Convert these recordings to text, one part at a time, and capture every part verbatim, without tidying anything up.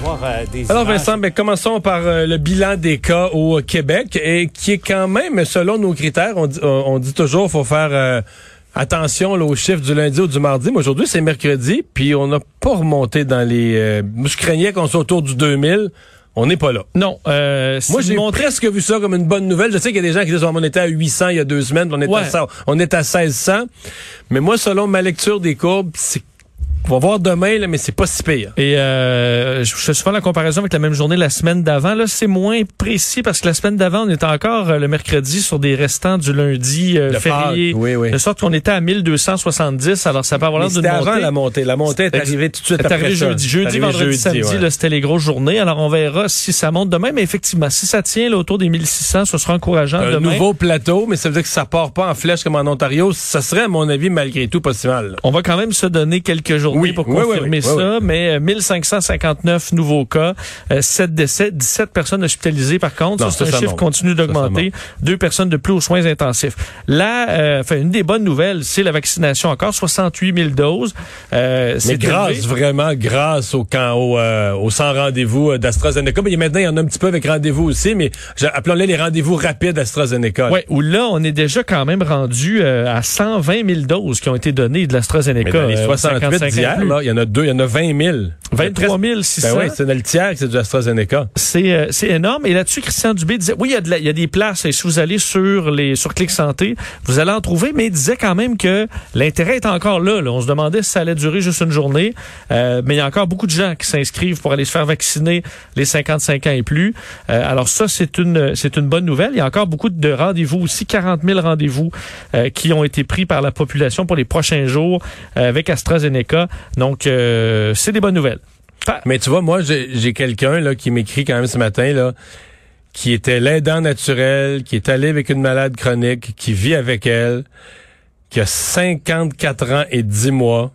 voir euh, des Alors images. Vincent, ben, commençons par euh, le bilan des cas au Québec, et qui est quand même, selon nos critères, on dit, on, on dit toujours qu'il faut faire euh, attention là, aux chiffres du lundi ou du mardi, mais aujourd'hui c'est mercredi, puis on n'a pas remonté dans les... Euh, je craignais qu'on soit autour du deux mille. On n'est pas là. Non. Euh, Moi, j'ai montré... presque vu ça comme une bonne nouvelle. Je sais qu'il y a des gens qui disent on était à huit cents il y a deux semaines, on est, ouais. à, on est à seize cents. Mais moi, selon ma lecture des courbes, c'est on va voir demain, là, mais c'est pas si pire. Et euh, je fais souvent la comparaison avec la même journée la semaine d'avant. Là, c'est moins précis parce que la semaine d'avant, on était encore euh, le mercredi sur des restants du lundi euh, férié. Oui, oui. De sorte qu'on était à mille deux cent soixante-dix. Alors, ça peut avoir l'air d'une montée. C'était avant la montée. La montée est arrivée tout de suite est après arrivée ça. jeudi, jeudi, arrivé vendredi, jeudi, samedi. Ouais. Là, c'était les grosses journées. Alors, on verra si ça monte demain. Mais effectivement, si ça tient là, autour des mille six cents, ce sera encourageant Un demain. nouveau plateau, mais ça veut dire que ça part pas en flèche comme en Ontario. Ça serait, à mon avis, malgré tout, pas si mal. Là. On va quand même se donner quelques journées oui, pour oui, confirmer oui, oui, ça. oui, oui. Mais mille cinq cent cinquanteneuf nouveaux cas, euh, sept décès, dix-sept personnes hospitalisées par contre. Non, ça, c'est ça, un ça chiffre monte. continue d'augmenter. Deux personnes de plus aux soins intensifs. Là, euh, enfin, une des bonnes nouvelles, c'est la vaccination encore, soixante-huit mille doses. Euh, Mais grâce, élevé. vraiment, grâce au camp, au, euh, au sans rendez-vous euh, d'AstraZeneca. Mais maintenant, il y en a un petit peu avec rendez-vous aussi, mais appelons-les les rendez-vous rapides AstraZeneca. Oui, où là, on est déjà quand même rendu euh, à cent vingt mille doses qui ont été données de l'AstraZeneca. Mais dans les euh, soixante-huit d'hier, là, il y en a deux, il y en a vingt mille. vingt-trois mille six cents. Ben oui, c'est dans le tiers que c'est du AstraZeneca. C'est euh, c'est énorme. Et là-dessus, Christian Dubé disait, oui, il y a de la, il y a des places. Et si vous allez sur les sur Clic Santé, vous allez en trouver. Mais il disait quand même que l'intérêt est encore là. là. On se demandait si ça allait durer juste une journée. Euh, mais il y a encore beaucoup de gens qui s'inscrivent pour aller se faire vacciner les cinquante-cinq ans et plus. Euh, alors ça, c'est une c'est une bonne nouvelle. Il y a encore beaucoup de rendez-vous aussi, quarante mille rendez-vous euh, qui ont été pris par la population pour les prochains jours euh, avec AstraZeneca. Donc, euh, c'est des bonnes nouvelles. Mais tu vois, moi, j'ai, j'ai quelqu'un là qui m'écrit quand même ce matin, là, qui était l'aidant naturel, qui est allé avec une malade chronique, qui vit avec elle, qui a cinquante-quatre ans et dix mois,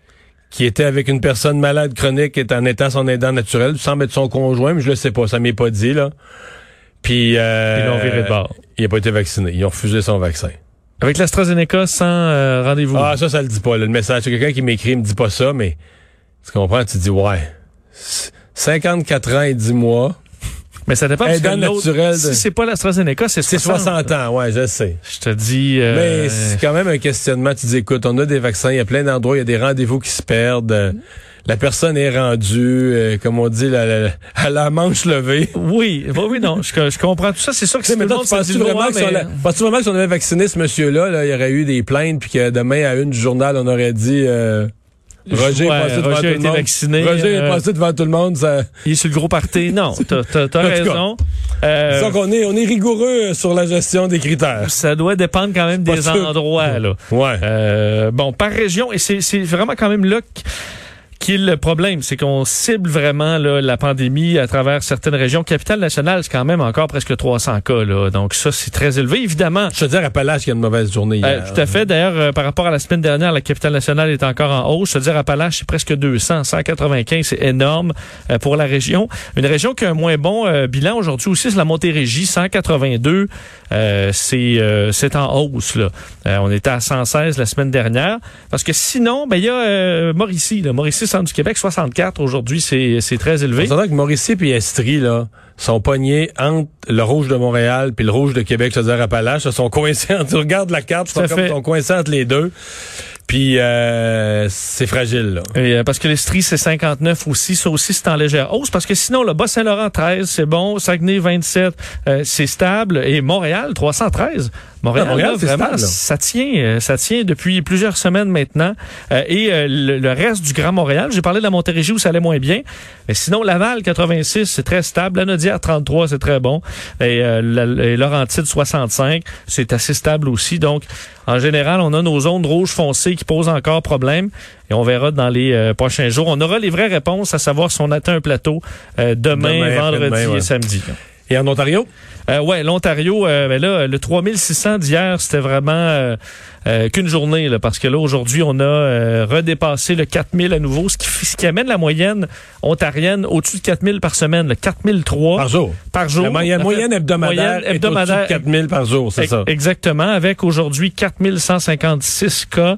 qui était avec une personne malade chronique et en étant son aidant naturel, semble être son conjoint, mais je le sais pas, ça m'est pas dit, là. Puis, euh, Ils l'ont viré de bord. Il a pas été vacciné. Ils ont refusé son vaccin. Avec l'AstraZeneca, sans euh, rendez-vous. Ah, ça, ça le dit pas, là. Le message, c'est quelqu'un qui m'écrit, il me dit pas ça, mais tu comprends, tu dis, ouais. cinquante-quatre ans et dix mois. Mais ça dépend parce que Aidant l'autre, naturel de- si c'est pas l'AstraZeneca, c'est C'est soixante. soixante ans, ouais, je sais. Je te dis... Euh, Mais c'est quand même un questionnement. Tu dis, écoute, on a des vaccins, il y a plein d'endroits, il y a des rendez-vous qui se perdent. Euh, la personne est rendue, euh, comme on dit, la, la, à la manche levée. Oui, oui, oui, non, je, je comprends tout ça. C'est sûr que Tu sais, c'est tout le maintenant, monde tu se penses-tu dit, vraiment, ouais, que si on mais- a- penses-tu vraiment que si on avait vacciné ce monsieur-là, là, il y aurait eu des plaintes, puis que demain, à une du journal, on aurait dit... Euh, Roger Ouais, est passé devant Roger tout a le été monde. vacciné, Roger euh, est passé devant tout le monde. Ça... Il est sur le gros party. Non, t'as, t'as, t'as En tout cas, raison. Euh, Donc, on est, on est rigoureux sur la gestion des critères. ça doit dépendre quand même des Pas sûr. endroits, là. Ouais. Euh, bon, par région, et c'est, c'est vraiment quand même là qu- qui est le problème, c'est qu'on cible vraiment là, la pandémie à travers certaines régions. Capitale-Nationale, c'est quand même encore presque trois cents cas. Là. Donc ça, c'est très élevé. Évidemment, Je te dis, à Appalaches, qu'il y a une mauvaise journée hier. Euh, tout à fait. D'ailleurs, euh, par rapport à la semaine dernière, la Capitale-Nationale est encore en hausse. Je veux dire, Appalaches, c'est presque deux cents, cent quatre-vingt-quinze, c'est énorme euh, pour la région. Une région qui a un moins bon euh, bilan aujourd'hui aussi, c'est la Montérégie, cent quatre-vingt-deux. Euh, c'est euh, c'est en hausse. Là. Euh, on était à cent seize la semaine dernière. Parce que sinon, ben il y a euh, Mauricie. Là. Mauricie, centre du Québec, soixante-quatre. Aujourd'hui, c'est c'est très élevé. On s'entend que Mauricie et Estrie, là, sont pognés entre le rouge de Montréal puis le rouge de Québec, c'est-à-dire Appalaches. Ils sont coincés entre, tu regardes la carte, ils sont, Tout à comme, fait. sont coincés entre les deux. Puis euh, c'est fragile, là. Et, euh, parce que l'Estrie, c'est cinquante-neuf aussi. Ça aussi, c'est en légère hausse. Parce que sinon, le Bas-Saint-Laurent, treize, c'est bon. Saguenay, vingt-sept, euh, c'est stable. Et Montréal, trois cent treize. Montréal, Ah, Montréal, là, c'est vraiment, stable, là. ça tient. euh, Ça tient depuis plusieurs semaines maintenant. Euh, et euh, le, le reste du Grand Montréal, j'ai parlé de la Montérégie où ça allait moins bien. Mais sinon, Laval, quatre-vingt-six, c'est très stable. Lanaudière, trente-trois, c'est très bon. Et, euh, la, et Laurentide, soixante-cinq, c'est assez stable aussi. Donc, en général, on a nos zones rouges foncées qui posent encore problème. Et on verra dans les euh, prochains jours. On aura les vraies réponses à savoir si on atteint un plateau euh, demain, Demain, vendredi après-demain, ouais. et samedi. Et en Ontario? Euh, ouais, l'Ontario, euh, ben là, le trois mille six cents d'hier, c'était vraiment euh, euh, qu'une journée, là, parce que là, aujourd'hui, on a euh, redépassé le quatre mille à nouveau, ce qui, ce qui amène la moyenne ontarienne au-dessus de quatre mille par semaine, le quatre mille trois Par jour. par jour. La moyenne, En fait, moyenne hebdomadaire, moyenne hebdomadaire est au-dessus de quatre mille par jour, c'est Ex- ça. Exactement, avec aujourd'hui quatre mille cent cinquante-six cas,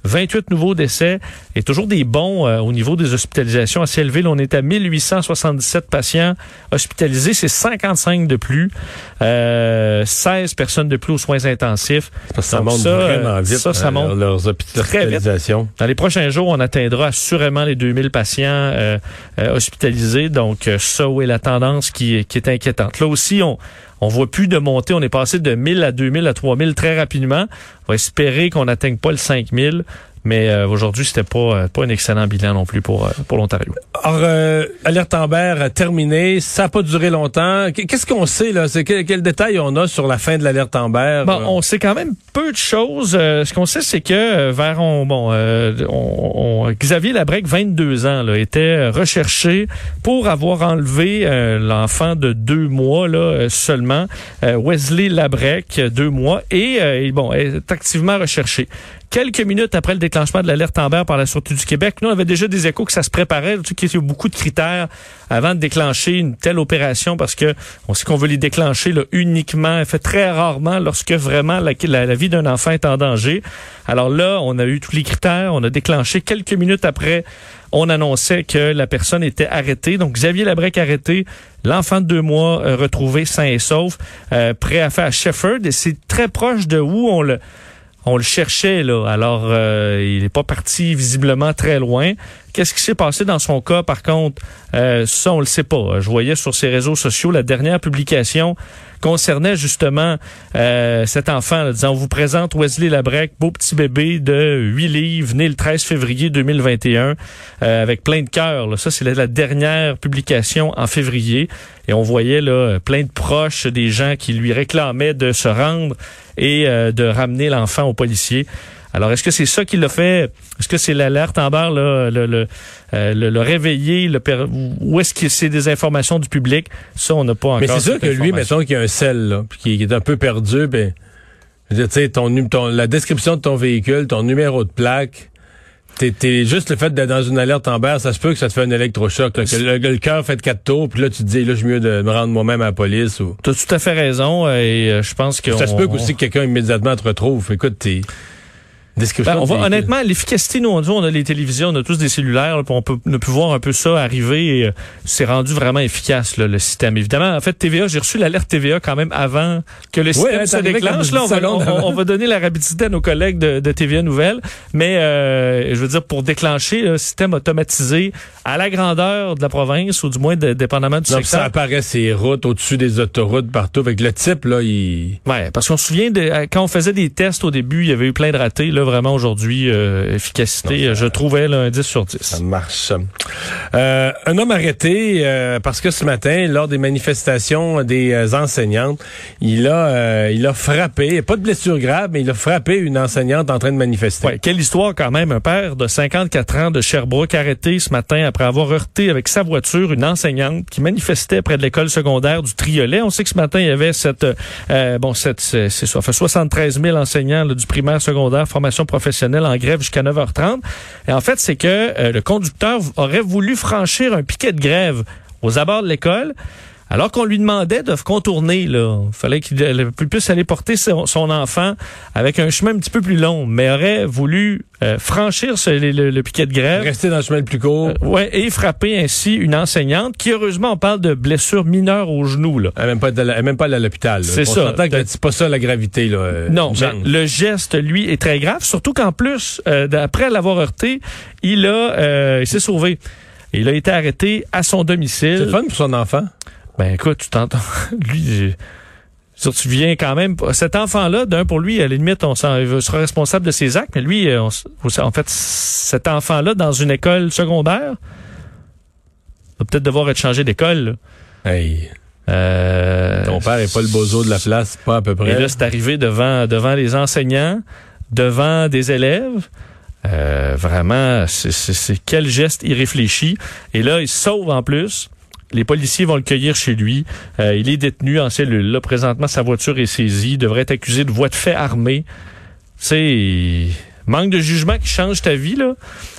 vingt-huit nouveaux décès et toujours des bons euh, au niveau des hospitalisations assez élevés. Là, on est à mille huit cent soixante-dix-sept patients hospitalisés. C'est cinquante-cinq de plus. Euh, seize personnes de plus aux soins intensifs. Ça monte ça, vraiment vite. Ça, ça monte leurs hospitalisations. Dans les prochains jours, on atteindra assurément les deux mille patients euh, euh, hospitalisés. Donc, euh, ça, oui, la tendance qui, qui est inquiétante. Là aussi, on on voit plus de montée. On est passé de mille à deux mille à trois mille très rapidement. On va espérer qu'on n'atteigne pas le cinq mille. Mais euh, aujourd'hui, c'était pas euh, pas un excellent bilan non plus pour euh, pour l'Ontario. Alors, euh, alerte Amber a terminé. Ça n'a pas duré longtemps. Qu'est-ce qu'on sait là? C'est quel, quel détail on a sur la fin de l'alerte Amber? Bon, on sait quand même peu de choses. Euh, ce qu'on sait, c'est que euh, vers on, bon, euh, on, on, Xavier Labrec, vingt-deux ans, là, était recherché pour avoir enlevé euh, l'enfant de deux mois là seulement, euh, Wesley Labrec, deux mois, et euh, bon, est activement recherché. Quelques minutes après le déclenchement de l'alerte Amber par la Sûreté du Québec, nous, on avait déjà des échos que ça se préparait, qu'il y a beaucoup de critères avant de déclencher une telle opération parce que on sait qu'on veut les déclencher là, uniquement, fait très rarement lorsque vraiment la, la, la vie d'un enfant est en danger. Alors là, on a eu tous les critères, on a déclenché quelques minutes après, on annonçait que la personne était arrêtée. Donc, Xavier Labrec arrêté, l'enfant de deux mois euh, retrouvé sain et sauf, euh, prêt à faire à Shefford, et c'est très proche de où on le... On le cherchait, là. Alors, euh, il n'est pas parti visiblement très loin. Qu'est-ce qui s'est passé dans son cas, par contre? Euh, ça, on le sait pas. Je voyais sur ses réseaux sociaux la dernière publication concernait justement euh, cet enfant, là, disant, on vous présente Wesley Labrec, beau petit bébé de huit livres, né le treize février deux mille vingt et un, euh, avec plein de cœurs. Là. Ça, c'est la, la dernière publication en février. Et on voyait là plein de proches, des gens qui lui réclamaient de se rendre et euh, de ramener l'enfant aux policiers. Alors, est-ce que c'est ça qui l'a fait? Est-ce que c'est l'alerte Amber, là, le, le, euh, le, le réveiller? Le per... Ou est-ce que c'est des informations du public? Ça, on n'a pas encore. Mais c'est sûr que lui, mettons qu'il y a un sel, là, puis qu'il est un peu perdu, ben, je veux dire, tu sais, ton, ton, la description de ton véhicule, ton numéro de plaque, T'es, t'es juste le fait d'être dans une alerte Amber, ça se peut que ça te fait un électrochoc, là, que le, le cœur fait quatre tours, puis là tu te dis là je suis mieux de me rendre moi-même à la police. Ou... T'as tout à fait raison, et euh, je pense que ça on, se peut qu'aussi que quelqu'un immédiatement te retrouve. Écoute, t'es Ben, on va, honnêtement, l'efficacité, nous, on dit, on a les télévisions, on a tous des cellulaires, là, on peut ne plus voir un peu ça arriver, et euh, c'est rendu vraiment efficace, là, le système. Évidemment, en fait, T V A, j'ai reçu l'alerte T V A quand même avant que le système ouais, se déclenche. Là, on va, on, on va donner la rapidité à nos collègues de, de T V A Nouvelles, mais euh, je veux dire, pour déclencher le système automatisé à la grandeur de la province, ou du moins de, dépendamment du Donc, secteur. ça apparaît ces routes, au-dessus des autoroutes, partout, avec le type, là, il... Ouais, parce qu'on se souvient, de, quand on faisait des tests au début, il y avait eu plein de ratés, là, vraiment aujourd'hui, euh, efficacité, non, ça, je trouvais là, un dix sur dix. Ça marche. Euh, un homme arrêté euh, parce que ce matin, lors des manifestations des euh, enseignantes, il a euh, il a frappé, pas de blessure grave, mais il a frappé une enseignante en train de manifester. Ouais, quelle histoire quand même, un père de cinquante-quatre ans de Sherbrooke arrêté ce matin après avoir heurté avec sa voiture une enseignante qui manifestait près de l'école secondaire du Triolet. On sait que ce matin, il y avait cette euh, bon cette c'est, c'est ça fait soixante-treize mille enseignants là, du primaire secondaire formation professionnelle en grève jusqu'à neuf heures trente. Et en fait, c'est que euh, le conducteur aurait voulu franchir un piquet de grève aux abords de l'école, alors qu'on lui demandait de contourner. Là. Il fallait qu'il puisse aller porter son, son enfant avec un chemin un petit peu plus long, mais aurait voulu euh, franchir ce, le, le, le piquet de grève. Rester dans le chemin le plus court. Euh, ouais, et frapper ainsi une enseignante qui, heureusement, on parle de blessures mineures au genou. Là. Elle n'est même pas, la, même pas à l'hôpital. Là. C'est on ça. Que c'est pas ça la gravité. Là, euh, non, mais le geste, lui, est très grave, surtout qu'en plus, euh, après l'avoir heurté, il a, euh, il s'est sauvé. Il a été arrêté à son domicile. C'est fun pour son enfant. Ben écoute, tu t'entends. Lui, je, tu viens quand même. Cet enfant-là, d'un pour lui, à la limite, on sera responsable de ses actes, mais lui, on, en fait, cet enfant-là, dans une école secondaire, va peut-être devoir être changé d'école. Là. Hey. Euh, Ton père est pas le bozo de la place, pas à peu près. Et là, c'est arrivé devant, devant les enseignants, devant des élèves. Euh, vraiment, c'est, c'est, c'est quel geste irréfléchi. Et là, il se sauve en plus. Les policiers vont le cueillir chez lui. Euh, il est détenu en cellule. Là, présentement, sa voiture est saisie. Il devrait être accusé de voie de fait armée. C'est manque de jugement qui change ta vie, là.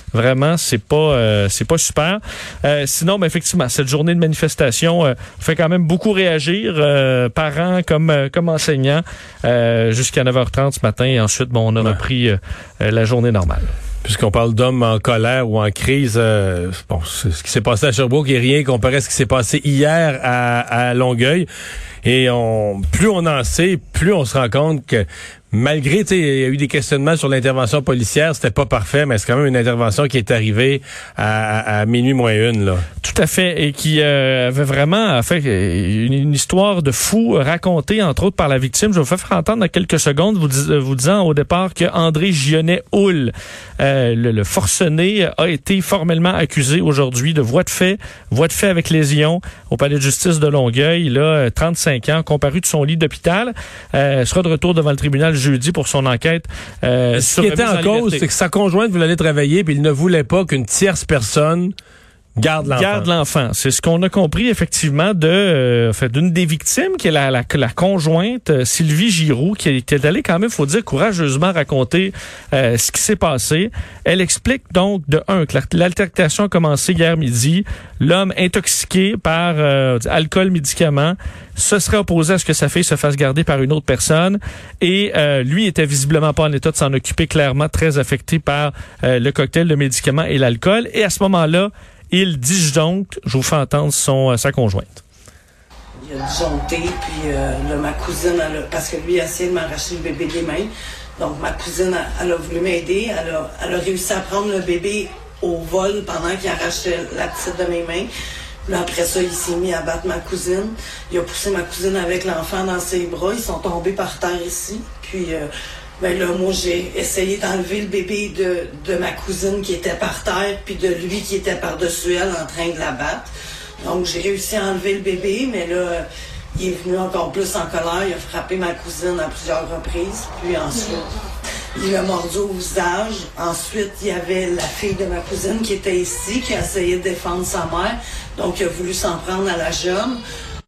Vraiment, c'est pas euh, c'est pas super. Euh, sinon, ben, effectivement, cette journée de manifestation euh, fait quand même beaucoup réagir, euh, parents comme euh, comme enseignants, euh, jusqu'à neuf heures trente ce matin. Et ensuite, bon, on a ouais. repris euh, la journée normale. Puisqu'on parle d'hommes en colère ou en crise, euh, bon, ce qui s'est passé à Sherbrooke est rien comparé à ce qui s'est passé hier à, à Longueuil. Et on, plus on en sait, plus on se rend compte que malgré, tu sais, il y a eu des questionnements sur l'intervention policière, c'était pas parfait, mais c'est quand même une intervention qui est arrivée à, à, à minuit moins une, là. Tout à fait, et qui euh, avait vraiment fait une, une histoire de fou racontée, entre autres, par la victime. Je vais vous faire entendre dans quelques secondes, vous, dis, vous disant au départ que André Gionnet-Houle, euh, le, le forcené, a été formellement accusé aujourd'hui de voie de fait, voie de fait avec lésion au palais de justice de Longueuil, là, trente-cinq ans, comparu de son lit d'hôpital, euh, sera de retour devant le tribunal jeudi pour son enquête. Euh, Ce qui était en, en cause, c'est que sa conjointe voulait aller travailler, puis il ne voulait pas qu'une tierce personne garde l'enfant. Garde l'enfant. C'est ce qu'on a compris effectivement de, euh, fait, d'une des victimes, qui est la, la, la conjointe euh, Sylvie Giroux, qui est allée quand même, faut dire, courageusement raconter euh, ce qui s'est passé. Elle explique donc de un que l'altercation a commencé hier midi. L'homme intoxiqué par euh, alcool, médicaments, se serait opposé à ce que sa fille se fasse garder par une autre personne, et euh, lui était visiblement pas en état de s'en occuper, clairement très affecté par euh, le cocktail de médicaments et l'alcool. Et à ce moment-là, il disjoncte, je vous fais entendre son, sa conjointe. Il a disjoncté, puis euh, là, ma cousine, elle a, parce que lui il a essayé de m'arracher le bébé des mains, donc ma cousine, elle, elle a voulu m'aider, elle a, elle a réussi à prendre le bébé au vol pendant qu'il arrachait la petite de mes mains. Là, après ça, il s'est mis à battre ma cousine. Il a poussé ma cousine avec l'enfant dans ses bras, ils sont tombés par terre ici, puis... Euh, Ben là, moi, j'ai essayé d'enlever le bébé de, de ma cousine qui était par terre, puis de lui qui était par-dessus elle en train de la battre. Donc, j'ai réussi à enlever le bébé, mais là, il est venu encore plus en colère. Il a frappé ma cousine à plusieurs reprises. Puis ensuite, il l'a mordu au visage. Ensuite, il y avait la fille de ma cousine qui était ici, qui a essayé de défendre sa mère. Donc, il a voulu s'en prendre à la jambe.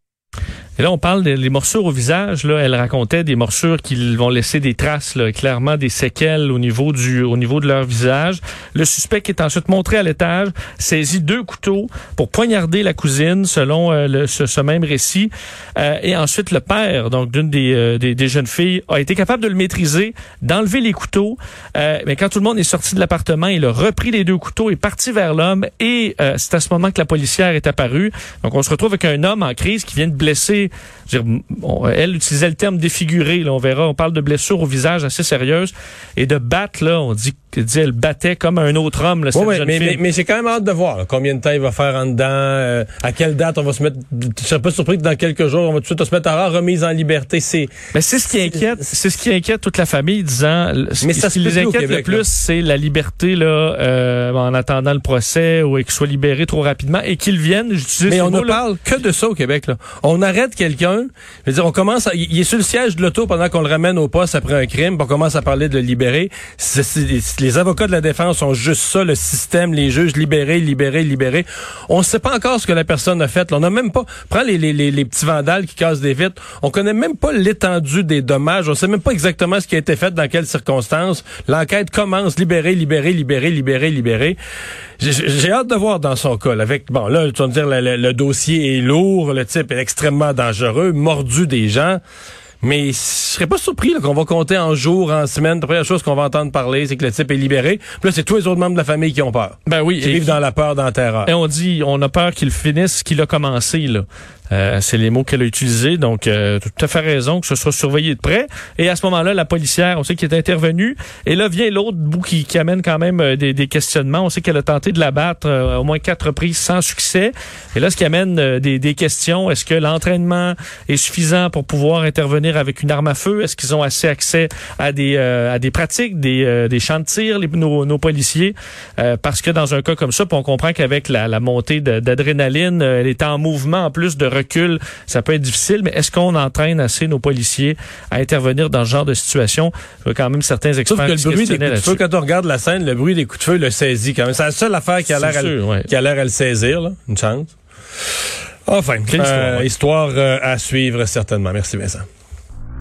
Et là, on parle des morsures au visage. Là, elle racontait des morsures qui vont laisser des traces, là, clairement des séquelles au niveau du, au niveau de leur visage. Le suspect qui est ensuite montré à l'étage saisit deux couteaux pour poignarder la cousine, selon euh, le, ce, ce même récit. Euh, et ensuite, le père, donc d'une des, euh, des, des jeunes filles, a été capable de le maîtriser, d'enlever les couteaux. Euh, mais quand tout le monde est sorti de l'appartement, il a repris les deux couteaux et parti vers l'homme. Et euh, c'est à ce moment que la policière est apparue. Donc, on se retrouve avec un homme en crise qui vient de blesser. Je veux dire, bon, elle utilisait le terme défiguré, là, on verra, on parle de blessures au visage assez sérieuses, et de battre, là, on dit qu'elle battait comme un autre homme, là, cette ouais, jeune mais, fille. Mais, mais j'ai quand même hâte de voir là, combien de temps il va faire en dedans, euh, à quelle date on va se mettre. Je serais pas surpris que dans quelques jours, on va tout de suite se mettre à remise en liberté. C'est, mais c'est ce qui inquiète, c'est ce qui inquiète toute la famille, disant. Mais ce ça qui les inquiète Québec, le plus, là. C'est la liberté là, euh, en attendant le procès, ou qu'il soit libéré trop rapidement et qu'il vienne. Mais on ne parle que de ça au Québec. Là. On arrête quelqu'un. Je veux dire, on commence. À, il est sur le siège de l'auto pendant qu'on le ramène au poste après un crime. Puis on commence à parler de le libérer. C'est, c'est, les avocats de la défense sont juste ça, le système, les juges libérés, libérés, libérés. On ne sait pas encore ce que la personne a fait. Là, on n'a même pas. Prends les, les, les, les petits vandales qui cassent des vitres. On connaît même pas l'étendue des dommages. On sait même pas exactement ce qui a été fait, dans quelles circonstances. L'enquête commence. Libéré, libéré, libéré, libéré, libéré. J'ai, j'ai hâte de voir dans son cas. Là, avec bon, là, tu vas me dire, le, le, le dossier est lourd, le type est extrêmement dangereux, mordu des gens. Mais je serais pas surpris là, qu'on va compter en jours, en semaines. La première chose qu'on va entendre parler, c'est que le type est libéré. Puis là, c'est tous les autres membres de la famille qui ont peur. Ben oui. Qui vivent dans la peur, dans la terreur. Et on dit, on a peur qu'il finisse ce qu'il a commencé, là. Euh, c'est les mots qu'elle a utilisés, donc euh, tout à fait raison que ce soit surveillé de près. Et à ce moment-là, la policière, on sait qu'elle est intervenue. Et là vient l'autre bout qui, qui amène quand même euh, des, des questionnements. On sait qu'elle a tenté de la battre euh, au moins quatre reprises sans succès. Et là, ce qui amène euh, des, des questions, est-ce que l'entraînement est suffisant pour pouvoir intervenir avec une arme à feu? Est-ce qu'ils ont assez accès à des euh, à des pratiques, des, euh, des champs de tir, les, nos, nos policiers? Euh, parce que dans un cas comme ça, on comprend qu'avec la, la montée de, d'adrénaline, euh, elle est en mouvement en plus de recul, ça peut être difficile, mais est-ce qu'on entraîne assez nos policiers à intervenir dans ce genre de situation? Il y a quand même certains experts Sauf que qui le bruit des coups là-dessus. de feu, quand on regarde la scène, le bruit des coups de feu le saisit quand même. C'est la seule affaire qui a l'air, sûr, à, ouais. qui a l'air à le saisir, là. Une chance. Enfin, Quelle histoire, euh, ouais. histoire euh, à suivre certainement. Merci Vincent.